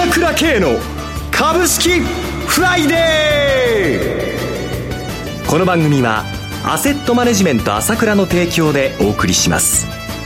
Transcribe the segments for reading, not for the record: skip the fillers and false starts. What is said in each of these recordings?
倉慶の株式フライデー。この番組はアセットマネジメント朝倉の提供でお送りします。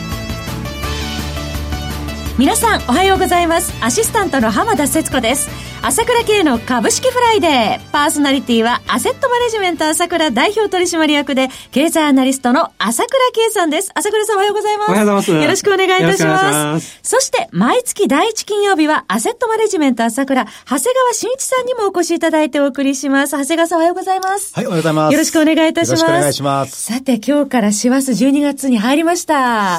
皆さんおはようございます。アシスタントの浜田節子です。朝倉慶の株式フライデー。パーソナリティはアセットマネジメント朝倉代表取締役で経済アナリストの朝倉慶さんです。朝倉さんおはようございます。 おはようございます。 よろしくお願いいたします。そして毎月第1金曜日はアセットマネジメント朝倉長谷川慎一さんにもお越しいただいてお送りします。長谷川さんおはようございます。 はい、おはようございます。 よろしくお願いいたします。 よろしくお願いします。 さて今日から師走12月に入りました。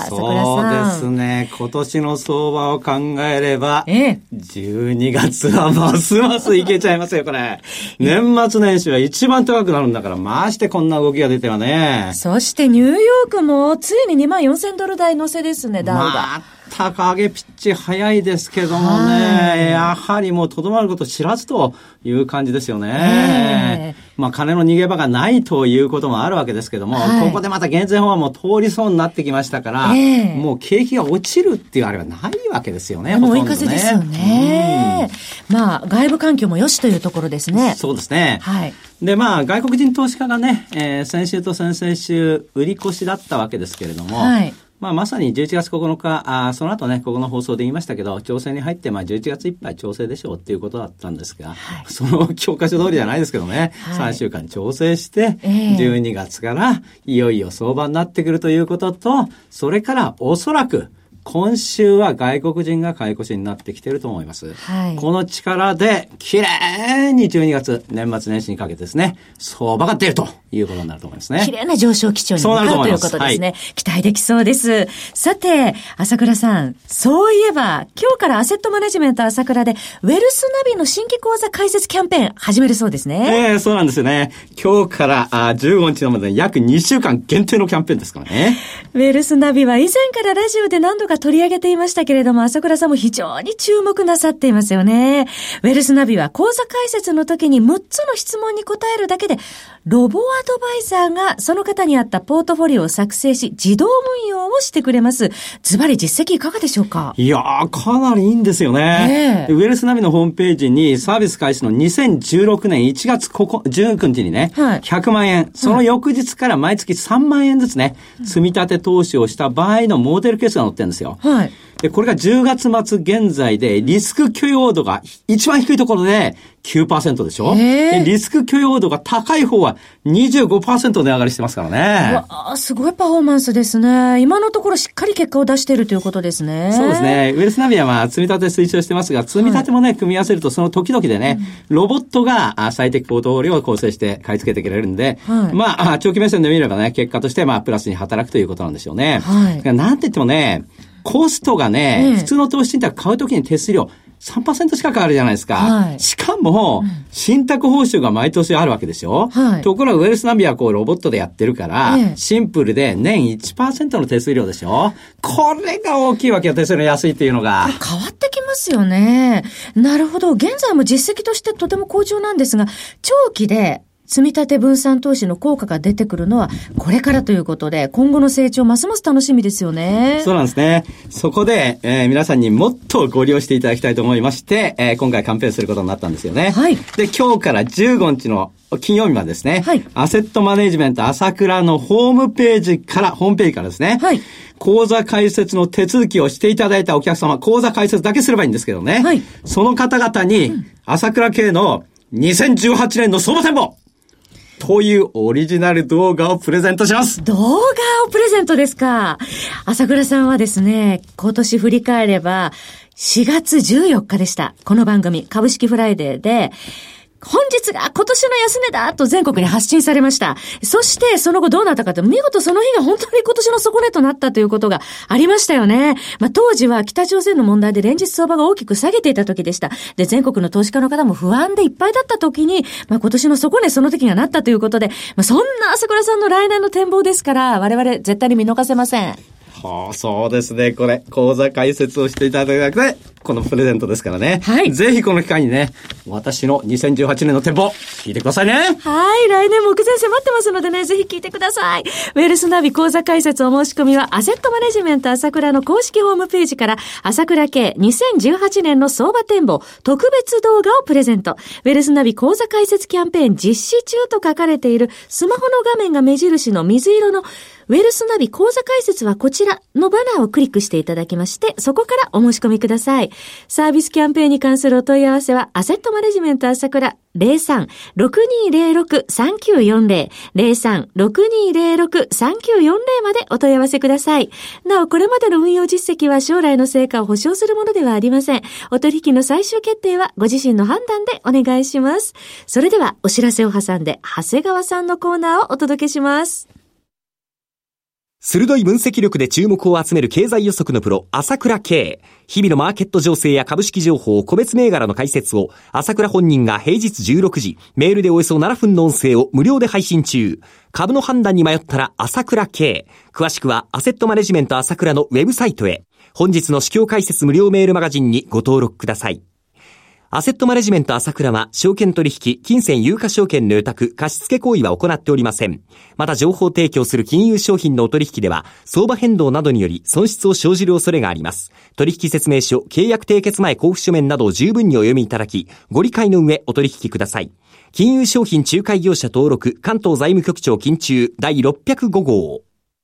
朝倉さん。 そうですね。今年の相場を考えれば、12月はますますいけちゃいますよ、これ。年末年始は一番高くなるんだから、ましてこんな動きが出てはね。 そしてニューヨークもついに$24,000台乗せですね、ダウが。 また上げピッチ早いですけどもね、やはりもうとどまること知らずという感じですよね。まあ金の逃げ場がないということもあるわけですけども、ここでまた減税法案も通りそうになってきましたから、もう景気が落ちるっていうあれはないわけですよね。 もう追い風ですよね。まあ外部環境も良しというところですね。 そうですね。 はい。 で、まあ外国人投資家がね、先週と先々週売り越しだったわけですけれども、まあまさに11月9日、その後ね、ここの放送で言いましたけど、調整に入って、まあ11月いっぱい調整でしょうっていうことだったんですが、その教科書通りじゃないですけどね、3週間調整して、12月からいよいよ相場になってくるということと、それからおそらく、今週は外国人が買い越しになってきていると思います。この力で、綺麗に12月、年末年始にかけてですね、相場が出るということになると思いますね。 綺麗な上昇基調に向かうということですね。期待できそうです。さて、朝倉さん、そういえば、今日からアセットマネジメント朝倉で、ウェルスナビの新規講座開設キャンペーン始めるそうですね。 そうなんですよね。今日から15日のまで約2週間限定のキャンペーンですからね。 ウェルスナビは以前からラジオで何度か取り上げていましたけれども、朝倉さんも非常に注目なさっていますよね。ウェルスナビは講座開設の時に6つの質問に答えるだけで、ロボアドバイザーがその方に合ったポートフォリオを作成し、自動運用をしてくれます。ズバリ実績いかがでしょうか？ いやー、かなりいいんですよね。ウェルスナビのホームページにサービス開始の2016年1月19日にね、100万円、その翌日から毎月3万円ずつね、積み立て投資をした場合のモデルケースが載ってるんですよ。で、これが10月末現在でリスク許容度が一番低いところで 9% でしょ。でリスク許容度が高い方は 25% 値上がりしてますからね。 わあ、すごいパフォーマンスですね。今のところしっかり結果を出しているということですね。 そうですね。ウェルスナビはまあ積み立て推奨してますが、積み立てもね、組み合わせるとその時々でね、ロボットが最適ポートフォリオを構成して買い付けてくれるんで、まあ長期目線で見ればね、結果としてまあプラスに働くということなんでしょうね。なんて言ってもね、コストがね、普通の投資信託買うときに手数料 3% 近くあるじゃないですか。しかも、信託報酬が毎年あるわけでしょ。ところがウェルスナビはこうロボットでやってるから、シンプルで年 1% の手数料でしょ。これが大きいわけよ、手数料安いっていうのが。 これ変わってきますよね。なるほど。現在も実績としてとても好調なんですが、長期で積み立て分散投資の効果が出てくるのはこれからということで、今後の成長ますます楽しみですよね。 そうなんですね。そこで、皆さんにもっとご利用していただきたいと思いまして、今回キャンペーンすることになったんですよね。で、今日から15日の金曜日までですね、アセットマネジメント朝倉のホームページからですね、口座開設の手続きをしていただいたお客様、口座開設だけすればいいんですけどね、その方々に朝倉系の2018年の相場展望というオリジナル動画をプレゼントします。 動画をプレゼントですか。朝倉さんはですね、今年振り返れば4月14日でした。この番組株式フライデーで本日が今年の安値だと全国に発信されました。そしてその後どうなったかと、見事その日が本当に今年の底値となったということがありましたよね。当時は北朝鮮の問題で連日相場が大きく下げていた時でした。で、全国の投資家の方も不安でいっぱいだった時に、今年の底値その時がなったということで、そんな朝倉さんの来年の展望ですから、我々絶対に見逃せません。 そうですね。これ、口座開設をしていただくだけで、 このプレゼントですからね。 はい。 ぜひこの機会にね、私の2018年の展望、聞いてくださいね。 はい。来年目前迫ってますのでね、ぜひ聞いてください。ウェルスナビ講座開設お申し込みは、アセットマネジメント朝倉の公式ホームページから、朝倉系2018年の相場展望特別動画をプレゼント。ウェルスナビ講座開設キャンペーン実施中と書かれているスマホの画面が目印の水色のウェルスナビ講座開設はこちらのバナーをクリックしていただきまして、そこからお申し込みください。サービスキャンペーンに関するお問い合わせは、アセットマネジメント朝倉 03-6206-3940 03-6206-3940までお問い合わせください。なお、これまでの運用実績は将来の成果を保証するものではありません。お取引の最終決定はご自身の判断でお願いします。それでは、お知らせを挟んで、長谷川さんのコーナーをお届けします。 鋭い分析力で注目を集める経済予測のプロ、朝倉慶。日々のマーケット情勢や株式情報、個別銘柄の解説を、朝倉本人が平日16時、メールでおよそ7分の音声を無料で配信中。株の判断に迷ったら朝倉慶。詳しくは、アセットマネジメント朝倉のウェブサイトへ。本日の市況解説無料メールマガジンにご登録ください。アセットマネジメント朝倉は、証券取引、金銭有価証券の予託、貸付行為は行っておりません。また情報提供する金融商品のお取引では、相場変動などにより損失を生じる恐れがあります。取引説明書、契約締結前交付書面などを十分にお読みいただき、ご理解の上お取引ください。金融商品仲介業者登録、関東財務局長金中第605号。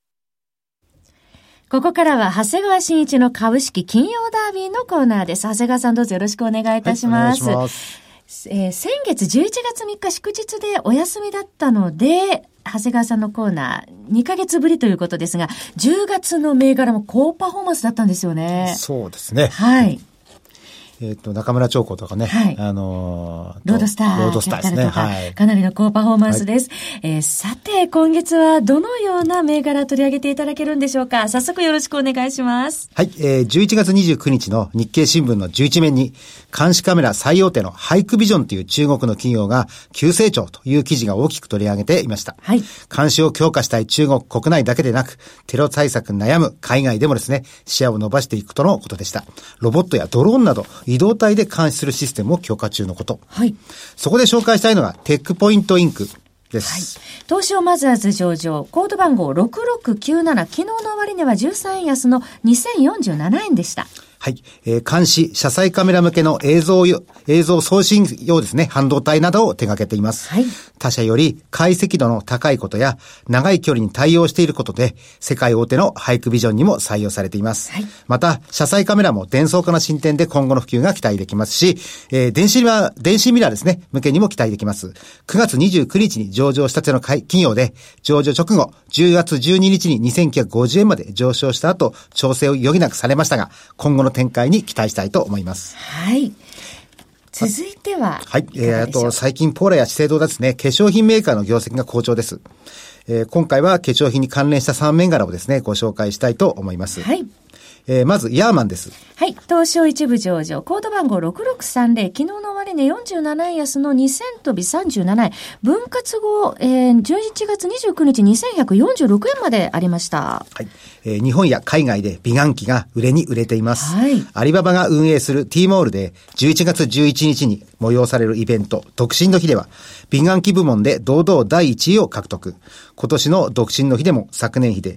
ここからは長谷川慎一の株式金曜ダービーのコーナーです。長谷川さんどうぞよろしくお願いいたします。はい、お願いします。先月11月3日祝日でお休みだったので、長谷川さんのコーナー2ヶ月ぶりということですが、10月の銘柄も高パフォーマンスだったんですよね。 そうですね。 はい。 中村長子とかね。 はい。ロードスターですね。はい。かなりの高パフォーマンスです。はい、さて、今月はどのような銘柄取り上げていただけるんでしょうか。早速よろしくお願いします。 はい。11月29日の日経新聞の11面に、監視カメラ最大手のハイクビジョンという中国の企業が急成長という記事が大きく取り上げていました。 はい。 監視を強化したい中国国内だけでなく、テロ対策に悩む海外でもですね、視野を伸ばしていくとのことでした。ロボットやドローンなど、移動体で監視するシステムを強化中のこと。 はい。 そこで紹介したいのがテックポイントインクです。 はい。東証マザーズ上場、コード番号6697、昨日の終値は13円安の2047円でした。 はい。監視、車載カメラ向けの映像送信用ですね、半導体などを手掛けています。 はい。 他社より解析度の高いことや、長い距離に対応していることで、世界大手のハイクビジョンにも採用されています。 はい。 また、車載カメラも伝送化の進展で今後の普及が期待できますし、電子ミラーですね、向けにも期待できます。9月29日に上場したての企業で、上場直後、10月12日に2950円まで上昇した後、調整を余儀なくされましたが、今後の展開に期待したいと思います。 はい。続いては。 はい。あと、最近ポーラや資生堂ですね、化粧品メーカーの業績が好調です。今回は化粧品に関連した3銘柄をですね、ご紹介したいと思います。 はい。 まず、ヤーマンです。 はい。東証一部上場、コード番号6630、昨日の終値47円安の2000飛び37円。分割後、11月29日2146円までありました。 はい。日本や海外で美顔器が売れに売れています。 はい。 アリババが運営する T モールで11月11日に催されるイベント、独身の日では、美顔器部門で堂々第1位を獲得。今年の独身の日でも昨年比で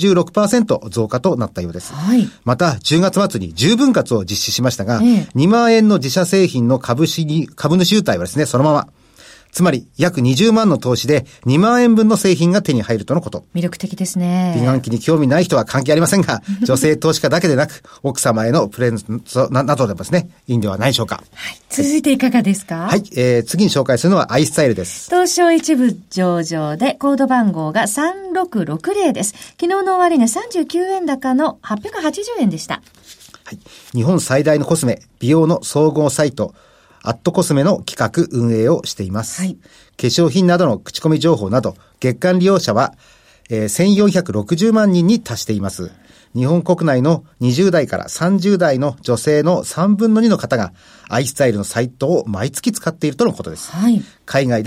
66% 増加となったようです。 はい。 また、10月末に10分割を実施しましたが、2万円の自社製品の株主優待はですね、そのまま。つまり、約20万の投資で2万円分の製品が手に入るとのこと。 魅力的ですね。 美顔器に興味ない人は関係ありませんが、女性投資家だけでなく、奥様へのプレゼントなどでもですね、いいんではないでしょうか。 はい。続いていかがですか？ はい。次に紹介するのはアイスタイルです。 東証一部上場で、コード番号が3660です。昨日の終値39円高の880円でした。 はい。日本最大のコスメ、美容の総合サイト、アットコスメの企画運営をしています。 はい。 化粧品などの口コミ情報など、月間利用者は、1460万人に達しています。日本国内の20代から30代の女性の3分の2の方が、アイスタイルのサイトを毎月使っているとのことです。 はい。 海外でも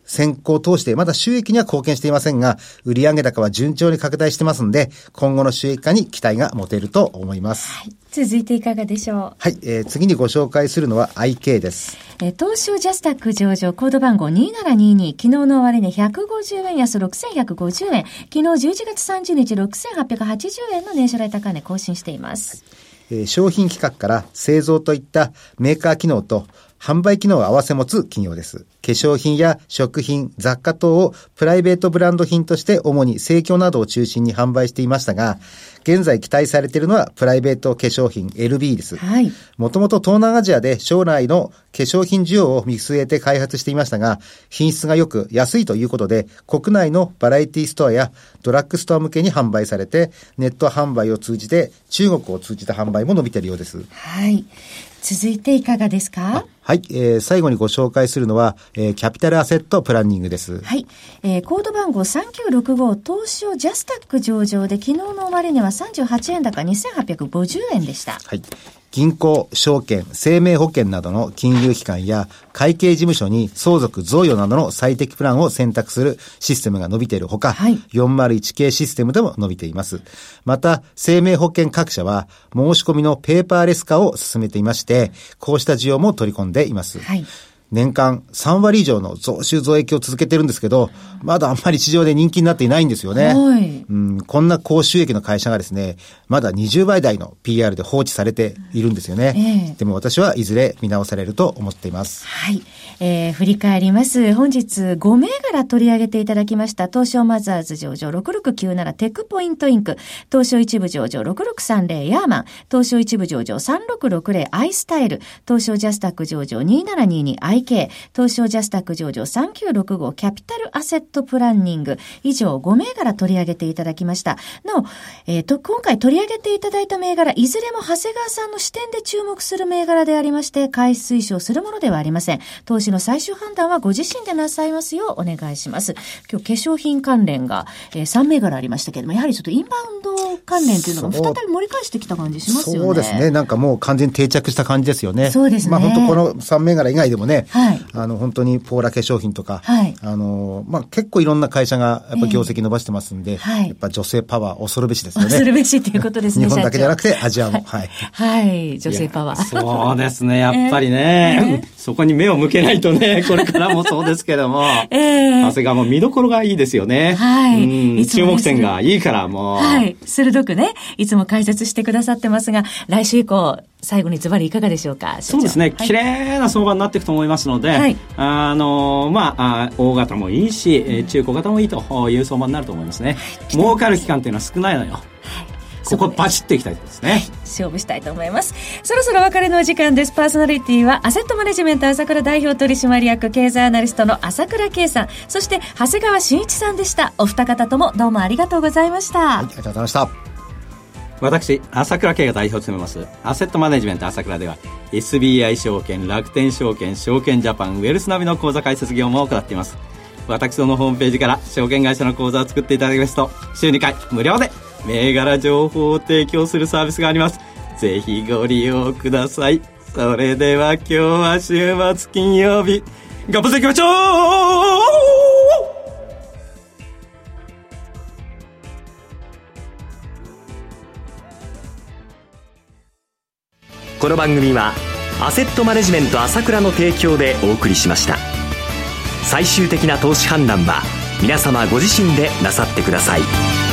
先行投資でまだ収益には貢献していませんが、売上高は順調に拡大してますので、今後の収益化に期待が持てると思います。 はい、続いていかがでしょう。 はい、次にご紹介するのは IK です。 東証ジャスタック上場コード番号2722、昨日の終値150円安6150円、昨日11月30日6880円の年初来高値更新しています。 商品企画から製造といったメーカー機能と販売機能を合わせ持つ企業です。化粧品や食品、雑貨等をプライベートブランド品として主に生協などを中心に販売していましたが、現在期待されているのはプライベート化粧品 LB です。はい。もともと東南アジアで将来の化粧品需要を見据えて開発していましたが、品質が良く安いということで、国内のバラエティストアやドラッグストア向けに販売されて、ネット販売を通じて中国を通じた販売も伸びているようです。 はい。続いていかがですか？ はい、最後にご紹介するのは、キャピタルアセットプランニングです。 はい、コード番号3965東証ジャスタック上場で昨日の終値は38円高2850円でした。 はい。銀行、証券、生命保険などの金融機関や会計事務所に相続贈与などの最適プランを選択するシステムが伸びているほか、はい、401系システムでも伸びています。また、生命保険各社は申し込みのペーパーレス化を進めていまして、こうした需要も取り込んでいます。はい。年間3割以上の増収増益を続けてるんですけど、まだあんまり市場で人気になっていないんですよね。はい。こんな高収益の会社がですね、まだ20倍台の PR で放置されているんですよね。でも私はいずれ見直されると思っています。 はい。振り返ります。本日5銘柄取り上げていただきました。東証マザーズ上場6697テクポイントインク、東証一部上場6630ヤーマン、東証一部上場3660アイスタイル、東証ジャスタック上場2722IK、東証ジャスタック上場3965キャピタルアセットプランニング、以上5銘柄取り上げていただきました。なお、今回取り上げていただいた銘柄、いずれも長谷川さんの視点で注目する銘柄でありまして、買い推奨するものではありません。投資の最終判断はご自身でなさいますようお願いします。今日化粧品関連が、3銘柄ありましたけれども、やはりちょっとインバウンド関連というのが再び盛り返してきた感じしますよね。 そうですね。なんかもう完全に定着した感じですよね。 そうですね。 まあ本当この3銘柄以外でもね、はい、本当にポーラ化粧品とか、はい、結構いろんな会社がやっぱ業績伸ばしてますんで、やっぱ女性パワー恐るべしですよね。 恐るべしということですね。 日本だけじゃなくてアジアも。 はい。はい。女性パワー。 そうですね。やっぱりね、そこに目を向けないとね、これからもそうですけども、長谷川も見どころがいいですよね。はい。注目点がいいからもう。 はい。鋭くね、いつも解説してくださってますが、来週以降、最後にズバリいかがでしょうか。 そうですね、綺麗な相場になっていくと思いますので、はい、大型もいいし、中小型もいいという相場になると思いますね。儲かる期間っていうのは少ないのよ。ここバチッといきたいですね。 勝負したいと思います。そろそろお別れのお時間です。パーソナリティはアセットマネジメント朝倉代表取締役経済アナリストの朝倉圭さん、そして長谷川慎一さんでした。お二方ともどうもありがとうございました。 はい、ありがとうございました。 私朝倉圭が代表を務めますアセットマネジメント朝倉では SBI 証券、楽天証券、証券ジャパン、ウェルスナビの口座開設業務を行っています。私どのホームページから証券会社の口座を作っていただきますと週2回無料で銘柄情報を提供するサービスがあります。ぜひご利用ください。それでは今日は週末金曜日、頑張っていきましょう。 この番組はアセットマネジメント朝倉の提供でお送りしました。最終的な投資判断は皆様ご自身でなさってください。